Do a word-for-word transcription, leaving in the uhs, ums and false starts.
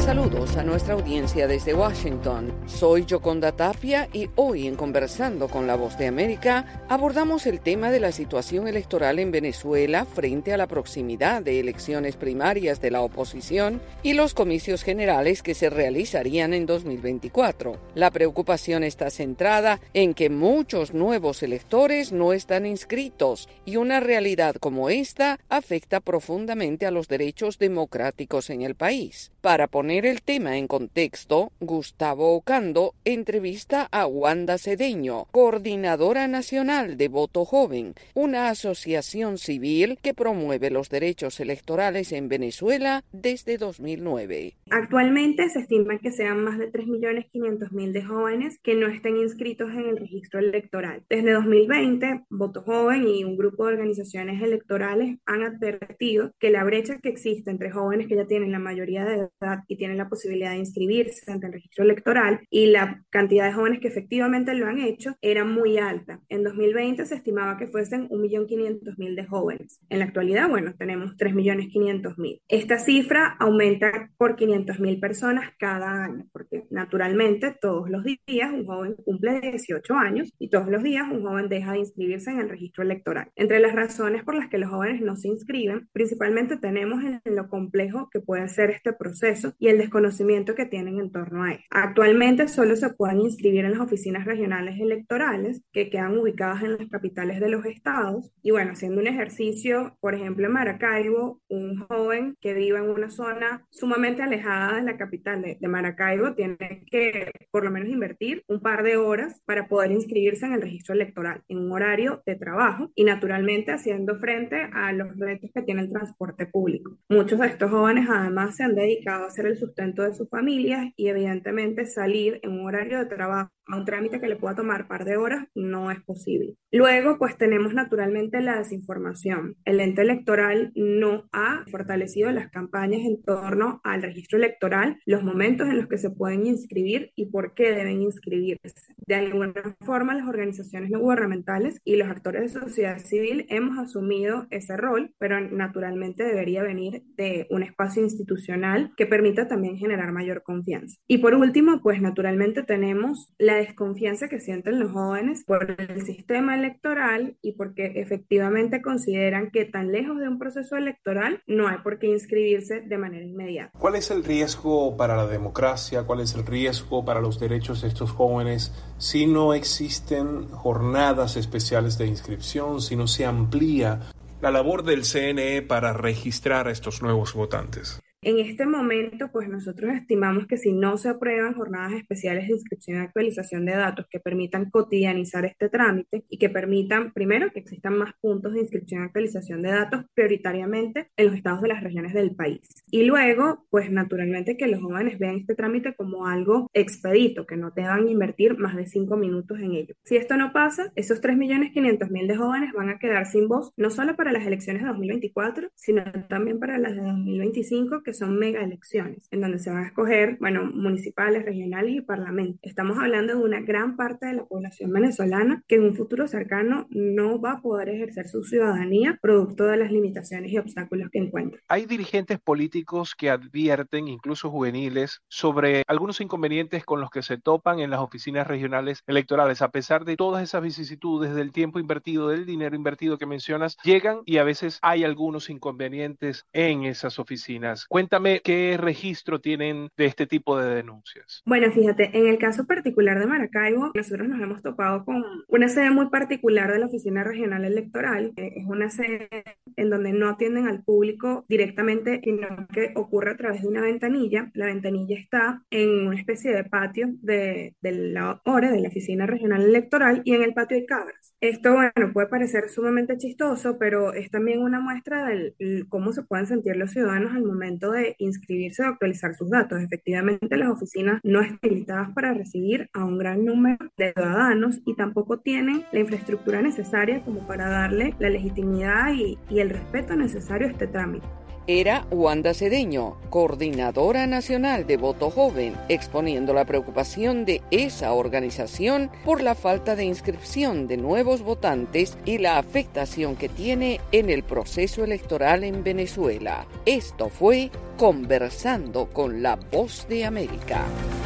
Saludos a nuestra audiencia desde Washington. Soy Yoconda Tapia y hoy en Conversando con la Voz de América abordamos el tema de la situación electoral en Venezuela frente a la proximidad de elecciones primarias de la oposición y los comicios generales que se realizarían en dos mil veinticuatro. La preocupación está centrada en que muchos nuevos electores no están inscritos y una realidad como esta afecta profundamente a los derechos democráticos en el país. Para poner el tema en contexto, Gustavo Ocando entrevista a Wanda Cedeño, coordinadora nacional de Voto Joven, una asociación civil que promueve los derechos electorales en Venezuela desde dos mil nueve. Actualmente se estima que sean más de tres millones quinientos mil de jóvenes que no estén inscritos en el registro electoral. Desde dos mil veinte, Voto Joven y un grupo de organizaciones electorales han advertido que la brecha que existe entre jóvenes que ya tienen la mayoría de edad y tienen la posibilidad de inscribirse ante el registro electoral y la cantidad de jóvenes que efectivamente lo han hecho era muy alta. En dos mil veinte se estimaba que fuesen un millón quinientos mil de jóvenes. En la actualidad, bueno, tenemos tres millones quinientos mil. Esta cifra aumenta por quinientas mil personas cada año, porque naturalmente todos los días un joven cumple dieciocho años y todos los días un joven deja de inscribirse en el registro electoral. Entre las razones por las que los jóvenes no se inscriben, principalmente tenemos en lo complejo que puede ser este proceso y el desconocimiento que tienen en torno a él. Actualmente solo se pueden inscribir en las oficinas regionales electorales que quedan ubicadas en las capitales de los estados y bueno, haciendo un ejercicio, por ejemplo en Maracaibo, un joven que viva en una zona sumamente alejada de la capital de, de Maracaibo tiene que por lo menos invertir un par de horas para poder inscribirse en el registro electoral en un horario de trabajo y naturalmente haciendo frente a los retos que tiene el transporte público. Muchos de estos jóvenes además se han dedicado a hacer el sustento de sus familias y evidentemente salir en un horario de trabajo a un trámite que le pueda tomar un par de horas no es posible. Luego, pues tenemos naturalmente la desinformación. El ente electoral no ha fortalecido las campañas en torno al registro electoral, los momentos en los que se pueden inscribir y por qué deben inscribirse. De alguna forma, las organizaciones no gubernamentales y los actores de sociedad civil hemos asumido ese rol, pero naturalmente debería venir de un espacio institucional que permita también generar mayor confianza. Y por último, pues naturalmente tenemos la desconfianza que sienten los jóvenes por el sistema electoral y porque efectivamente consideran que tan lejos de un proceso electoral no hay por qué inscribirse de manera inmediata. ¿Cuál es el riesgo para la democracia? ¿Cuál es el riesgo para los derechos de estos jóvenes si no existen jornadas especiales de inscripción, si no se amplía la labor del C N E para registrar a estos nuevos votantes? En este momento, pues nosotros estimamos que si no se aprueban jornadas especiales de inscripción y actualización de datos que permitan cotidianizar este trámite y que permitan, primero, que existan más puntos de inscripción y actualización de datos prioritariamente en los estados de las regiones del país. Y luego, pues naturalmente que los jóvenes vean este trámite como algo expedito, que no deban invertir más de cinco minutos en ello. Si esto no pasa, esos tres millones quinientos mil de jóvenes van a quedar sin voz, no solo para las elecciones de dos mil veinticuatro, sino también para las de dos mil veinticinco, que son mega elecciones, en donde se van a escoger, bueno, municipales, regionales y parlamentos. Estamos hablando de una gran parte de la población venezolana que en un futuro cercano no va a poder ejercer su ciudadanía producto de las limitaciones y obstáculos que encuentra. Hay dirigentes políticos que advierten, incluso juveniles, sobre algunos inconvenientes con los que se topan en las oficinas regionales electorales. A pesar de todas esas vicisitudes, del tiempo invertido, del dinero invertido que mencionas, llegan y a veces hay algunos inconvenientes en esas oficinas. Cuéntame qué registro tienen de este tipo de denuncias. Bueno, fíjate, en el caso particular de Maracaibo, nosotros nos hemos topado con una sede muy particular de la Oficina Regional Electoral. Es una sede en donde no atienden al público directamente, sino que ocurre a través de una ventanilla. La ventanilla está en una especie de patio de, de la O R E, de la Oficina Regional Electoral, y en el patio hay cámaras. Esto, bueno, puede parecer sumamente chistoso, pero es también una muestra de cómo se pueden sentir los ciudadanos al momento de inscribirse o actualizar sus datos. Efectivamente, las oficinas no están habilitadas para recibir a un gran número de ciudadanos y tampoco tienen la infraestructura necesaria como para darle la legitimidad y, y el respeto necesario a este trámite. Era Wanda Cedeño, coordinadora nacional de Voto Joven, exponiendo la preocupación de esa organización por la falta de inscripción de nuevos votantes y la afectación que tiene en el proceso electoral en Venezuela. Esto fue Conversando con la Voz de América.